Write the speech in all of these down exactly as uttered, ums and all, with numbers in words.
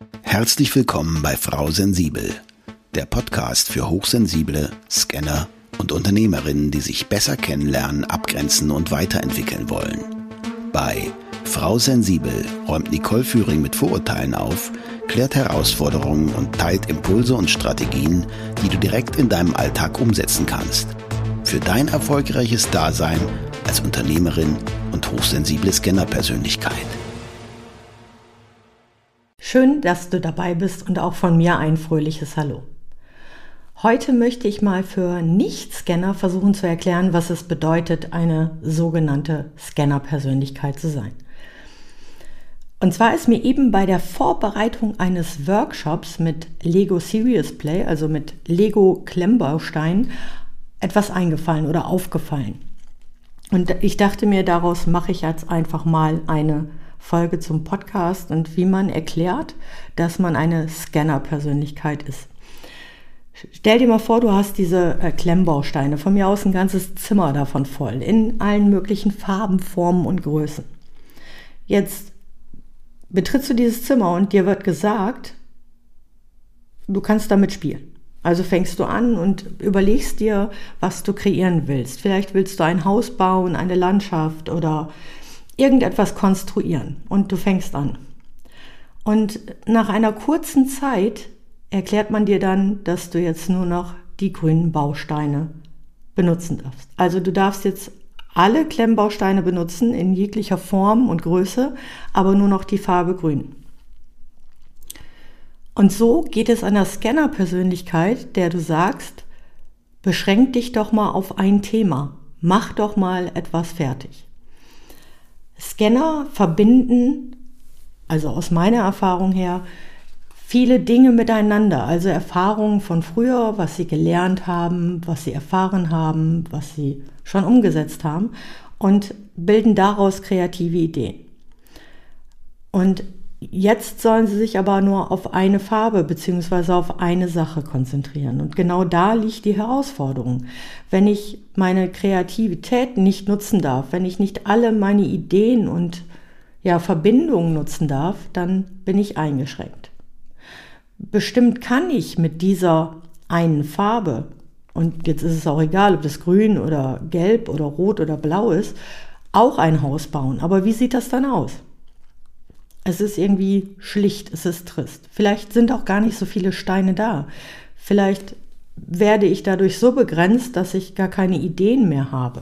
Herzlich willkommen bei Frau Sensibel, der Podcast für Hochsensible, Scanner und Unternehmerinnen, die sich besser kennenlernen, abgrenzen und weiterentwickeln wollen. Bei Frau Sensibel räumt Nicole Führing mit Vorurteilen auf, klärt Herausforderungen und teilt Impulse und Strategien, die du direkt in deinem Alltag umsetzen kannst. Für dein erfolgreiches Dasein als Unternehmerin und hochsensible Scanner-Persönlichkeit. Schön, dass du dabei bist und auch von mir ein fröhliches Hallo. Heute möchte ich mal für Nicht-Scanner versuchen zu erklären, was es bedeutet, eine sogenannte Scanner-Persönlichkeit zu sein. Und zwar ist mir eben bei der Vorbereitung eines Workshops mit Lego Serious Play, also mit Lego-Klemmbausteinen, etwas eingefallen oder aufgefallen. Und ich dachte mir, daraus mache ich jetzt einfach mal eine Folge zum Podcast und wie man erklärt, dass man eine Scanner-Persönlichkeit ist. Stell dir mal vor, du hast diese äh, Klemmbausteine, von mir aus ein ganzes Zimmer davon voll, in allen möglichen Farben, Formen und Größen. Jetzt betrittst du dieses Zimmer und dir wird gesagt, du kannst damit spielen. Also fängst du an und überlegst dir, was du kreieren willst. Vielleicht willst du ein Haus bauen, eine Landschaft oder irgendetwas konstruieren und du fängst an. Und nach einer kurzen Zeit erklärt man dir dann, dass du jetzt nur noch die grünen Bausteine benutzen darfst. Also du darfst jetzt alle Klemmbausteine benutzen in jeglicher Form und Größe, aber nur noch die Farbe grün. Und so geht es einer Scanner-Persönlichkeit, der du sagst, beschränk dich doch mal auf ein Thema, mach doch mal etwas fertig. Scanner verbinden, also aus meiner Erfahrung her, viele Dinge miteinander, also Erfahrungen von früher, was sie gelernt haben, was sie erfahren haben, was sie schon umgesetzt haben und bilden daraus kreative Ideen. Und jetzt sollen sie sich aber nur auf eine Farbe bzw. auf eine Sache konzentrieren. Und genau da liegt die Herausforderung. Wenn ich meine Kreativität nicht nutzen darf, wenn ich nicht alle meine Ideen und ja, Verbindungen nutzen darf, dann bin ich eingeschränkt. Bestimmt kann ich mit dieser einen Farbe, und jetzt ist es auch egal, ob das grün oder gelb oder rot oder blau ist, auch ein Haus bauen. Aber wie sieht das dann aus? Es ist irgendwie schlicht, es ist trist. Vielleicht sind auch gar nicht so viele Steine da. Vielleicht werde ich dadurch so begrenzt, dass ich gar keine Ideen mehr habe.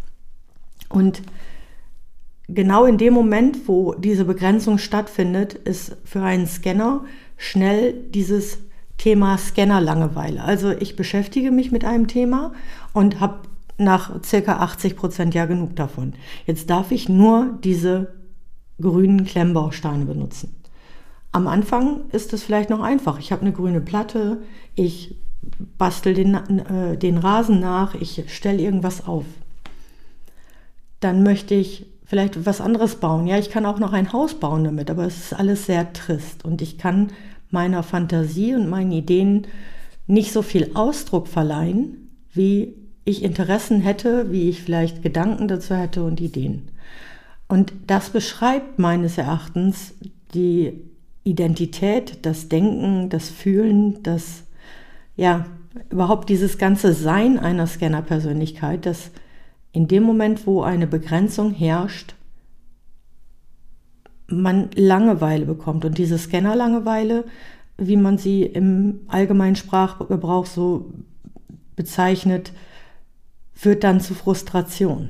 Und genau in dem Moment, wo diese Begrenzung stattfindet, ist für einen Scanner schnell dieses Thema Scanner-Langeweile. Also ich beschäftige mich mit einem Thema und habe nach circa achtzig Prozent ja genug davon. Jetzt darf ich nur diese grünen Klemmbausteine benutzen. Am Anfang ist es vielleicht noch einfach. Ich habe eine grüne Platte, ich bastel den, äh, den Rasen nach, ich stelle irgendwas auf. Dann möchte ich vielleicht was anderes bauen. Ja, ich kann auch noch ein Haus bauen damit, aber es ist alles sehr trist und ich kann meiner Fantasie und meinen Ideen nicht so viel Ausdruck verleihen, wie ich Interessen hätte, wie ich vielleicht Gedanken dazu hätte und Ideen. Und das beschreibt meines Erachtens die Identität, das Denken, das Fühlen, das, ja, überhaupt dieses ganze Sein einer Scanner-Persönlichkeit, dass in dem Moment, wo eine Begrenzung herrscht, man Langeweile bekommt. Und diese Scanner-Langeweile, wie man sie im allgemeinen Sprachgebrauch so bezeichnet, führt dann zu Frustration.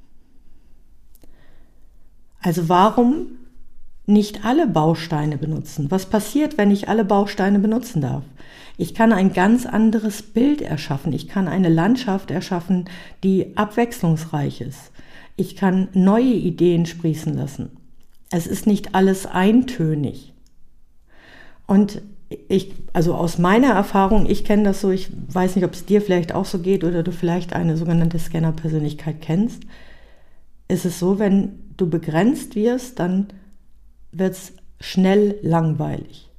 Also warum nicht alle Bausteine benutzen? Was passiert, wenn ich alle Bausteine benutzen darf? Ich kann ein ganz anderes Bild erschaffen. Ich kann eine Landschaft erschaffen, die abwechslungsreich ist. Ich kann neue Ideen sprießen lassen. Es ist nicht alles eintönig. Und ich, also aus meiner Erfahrung, ich kenne das so, ich weiß nicht, ob es dir vielleicht auch so geht oder du vielleicht eine sogenannte Scanner-Persönlichkeit kennst, ist es so, wenn du begrenzt wirst, dann wird es schnell langweilig.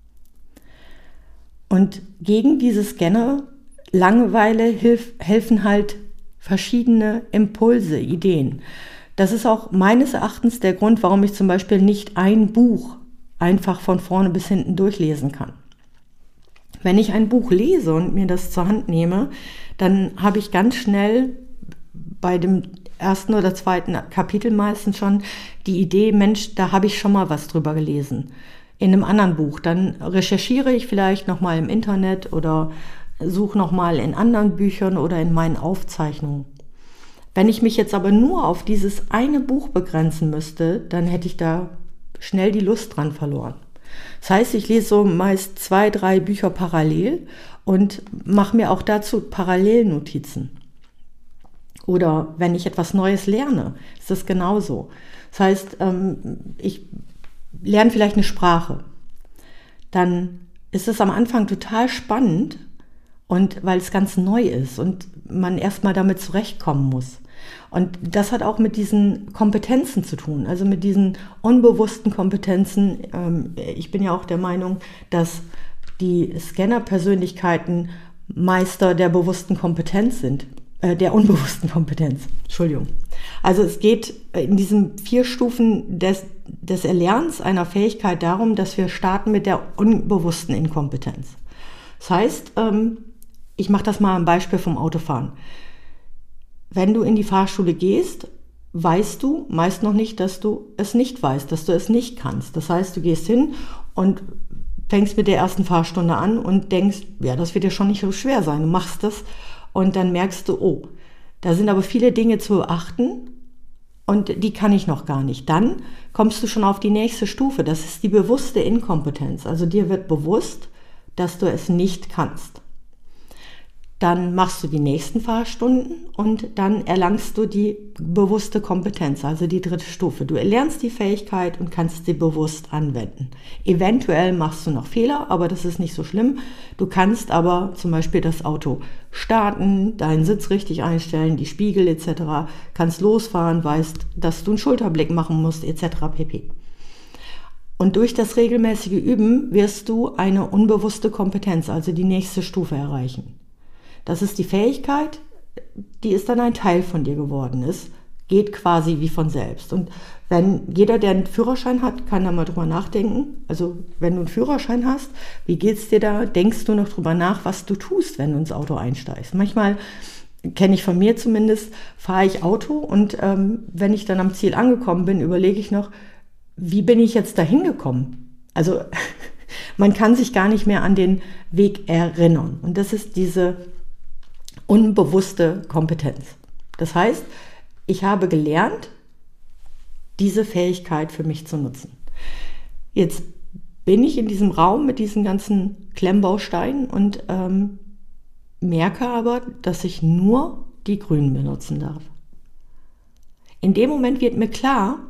Und gegen diese Scanner-Langeweile hilf, helfen halt verschiedene Impulse, Ideen. Das ist auch meines Erachtens der Grund, warum ich zum Beispiel nicht ein Buch einfach von vorne bis hinten durchlesen kann. Wenn ich ein Buch lese und mir das zur Hand nehme, dann habe ich ganz schnell bei dem ersten oder zweiten Kapitel meistens schon die Idee, Mensch, da habe ich schon mal was drüber gelesen. In einem anderen Buch. Dann recherchiere ich vielleicht nochmal im Internet oder suche nochmal in anderen Büchern oder in meinen Aufzeichnungen. Wenn ich mich jetzt aber nur auf dieses eine Buch begrenzen müsste, dann hätte ich da schnell die Lust dran verloren. Das heißt, ich lese so meist zwei, drei Bücher parallel und mache mir auch dazu Parallelnotizen. Oder wenn ich etwas Neues lerne, ist das genauso. Das heißt, ich lerne vielleicht eine Sprache. Dann ist es am Anfang total spannend, und weil es ganz neu ist und man erstmal damit zurechtkommen muss. Und das hat auch mit diesen Kompetenzen zu tun, also mit diesen unbewussten Kompetenzen. Ich bin ja auch der Meinung, dass die Scanner-Persönlichkeiten Meister der bewussten Kompetenz sind, äh, der unbewussten Kompetenz. Entschuldigung. Also es geht in diesen vier Stufen des, des Erlernens einer Fähigkeit darum, dass wir starten mit der unbewussten Inkompetenz. Das heißt, ich mache das mal am Beispiel vom Autofahren. Wenn du in die Fahrschule gehst, weißt du meist noch nicht, dass du es nicht weißt, dass du es nicht kannst. Das heißt, du gehst hin und fängst mit der ersten Fahrstunde an und denkst, ja, das wird ja schon nicht so schwer sein. Du machst das und dann merkst du, oh, da sind aber viele Dinge zu beachten und die kann ich noch gar nicht. Dann kommst du schon auf die nächste Stufe. Das ist die bewusste Inkompetenz. Also dir wird bewusst, dass du es nicht kannst. Dann machst du die nächsten Fahrstunden und dann erlangst du die bewusste Kompetenz, also die dritte Stufe. Du erlernst die Fähigkeit und kannst sie bewusst anwenden. Eventuell machst du noch Fehler, aber das ist nicht so schlimm. Du kannst aber zum Beispiel das Auto starten, deinen Sitz richtig einstellen, die Spiegel et cetera, kannst losfahren, weißt, dass du einen Schulterblick machen musst et cetera pp. Und durch das regelmäßige Üben wirst du eine unbewusste Kompetenz, also die nächste Stufe erreichen. Das ist die Fähigkeit, die ist dann ein Teil von dir geworden ist, geht quasi wie von selbst. Und wenn jeder, der einen Führerschein hat, kann da mal drüber nachdenken. Also wenn du einen Führerschein hast, wie geht's dir da? Denkst du noch drüber nach, was du tust, wenn du ins Auto einsteigst? Manchmal, kenne ich von mir zumindest, fahre ich Auto und ähm, wenn ich dann am Ziel angekommen bin, überlege ich noch, wie bin ich jetzt da hingekommen? Also man kann sich gar nicht mehr an den Weg erinnern. Und das ist diese unbewusste Kompetenz. Das heißt, ich habe gelernt, diese Fähigkeit für mich zu nutzen. Jetzt bin ich in diesem Raum mit diesen ganzen Klemmbausteinen und ähm, merke aber, dass ich nur die grünen benutzen darf. In dem Moment wird mir klar,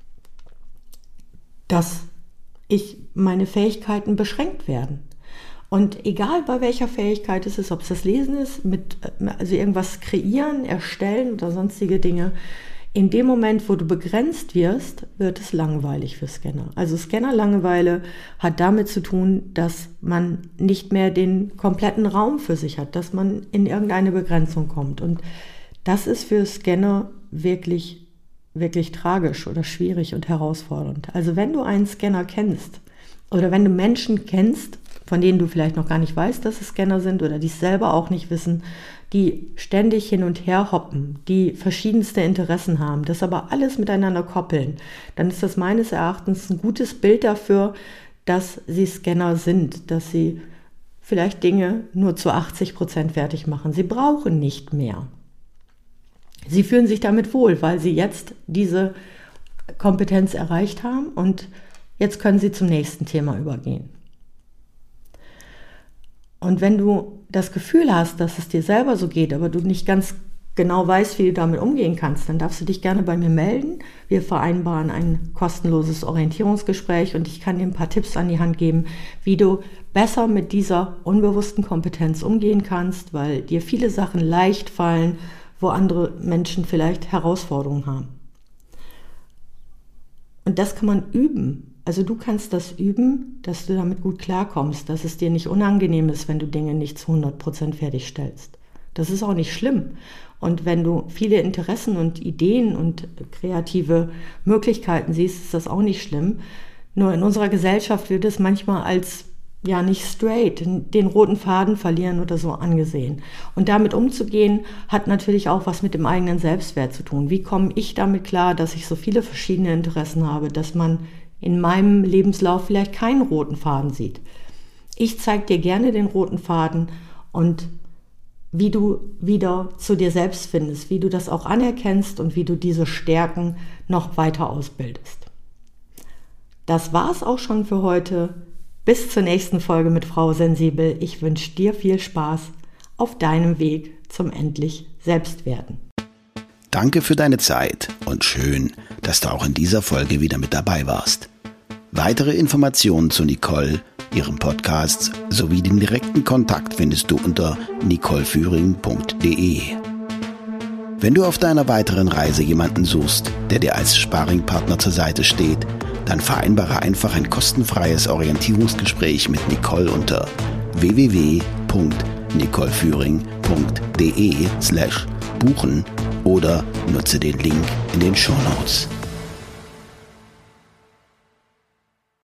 dass ich meine Fähigkeiten beschränkt werden. Und egal bei welcher Fähigkeit es ist, ob es das Lesen ist, mit, also irgendwas kreieren, erstellen oder sonstige Dinge, in dem Moment, wo du begrenzt wirst, wird es langweilig für Scanner. Also Scanner-Langeweile hat damit zu tun, dass man nicht mehr den kompletten Raum für sich hat, dass man in irgendeine Begrenzung kommt. Und das ist für Scanner wirklich, wirklich tragisch oder schwierig und herausfordernd. Also wenn du einen Scanner kennst oder wenn du Menschen kennst, von denen du vielleicht noch gar nicht weißt, dass es Scanner sind oder die es selber auch nicht wissen, die ständig hin und her hoppen, die verschiedenste Interessen haben, das aber alles miteinander koppeln, dann ist das meines Erachtens ein gutes Bild dafür, dass sie Scanner sind, dass sie vielleicht Dinge nur zu achtzig Prozent fertig machen. Sie brauchen nicht mehr. Sie fühlen sich damit wohl, weil sie jetzt diese Kompetenz erreicht haben und jetzt können sie zum nächsten Thema übergehen. Und wenn du das Gefühl hast, dass es dir selber so geht, aber du nicht ganz genau weißt, wie du damit umgehen kannst, dann darfst du dich gerne bei mir melden. Wir vereinbaren ein kostenloses Orientierungsgespräch und ich kann dir ein paar Tipps an die Hand geben, wie du besser mit dieser unbewussten Kompetenz umgehen kannst, weil dir viele Sachen leicht fallen, wo andere Menschen vielleicht Herausforderungen haben. Und das kann man üben. Also du kannst das üben, dass du damit gut klarkommst, dass es dir nicht unangenehm ist, wenn du Dinge nicht zu hundert Prozent fertigstellst. Das ist auch nicht schlimm. Und wenn du viele Interessen und Ideen und kreative Möglichkeiten siehst, ist das auch nicht schlimm. Nur in unserer Gesellschaft wird es manchmal als ja nicht straight, den roten Faden verlieren oder so angesehen. Und damit umzugehen, hat natürlich auch was mit dem eigenen Selbstwert zu tun. Wie komme ich damit klar, dass ich so viele verschiedene Interessen habe, dass man in meinem Lebenslauf vielleicht keinen roten Faden sieht? Ich zeige dir gerne den roten Faden und wie du wieder zu dir selbst findest, wie du das auch anerkennst und wie du diese Stärken noch weiter ausbildest. Das war's auch schon für heute. Bis zur nächsten Folge mit Frau Sensibel. Ich wünsche dir viel Spaß auf deinem Weg zum endlich Selbstwerden. Danke für deine Zeit und schön, dass du auch in dieser Folge wieder mit dabei warst. Weitere Informationen zu Nicole, ihrem Podcast sowie den direkten Kontakt findest du unter nicole führing punkt de. Wenn du auf deiner weiteren Reise jemanden suchst, der dir als Sparringpartner zur Seite steht, dann vereinbare einfach ein kostenfreies Orientierungsgespräch mit Nicole unter w w w punkt nicole führing punkt de slash buchen oder nutze den Link in den Shownotes.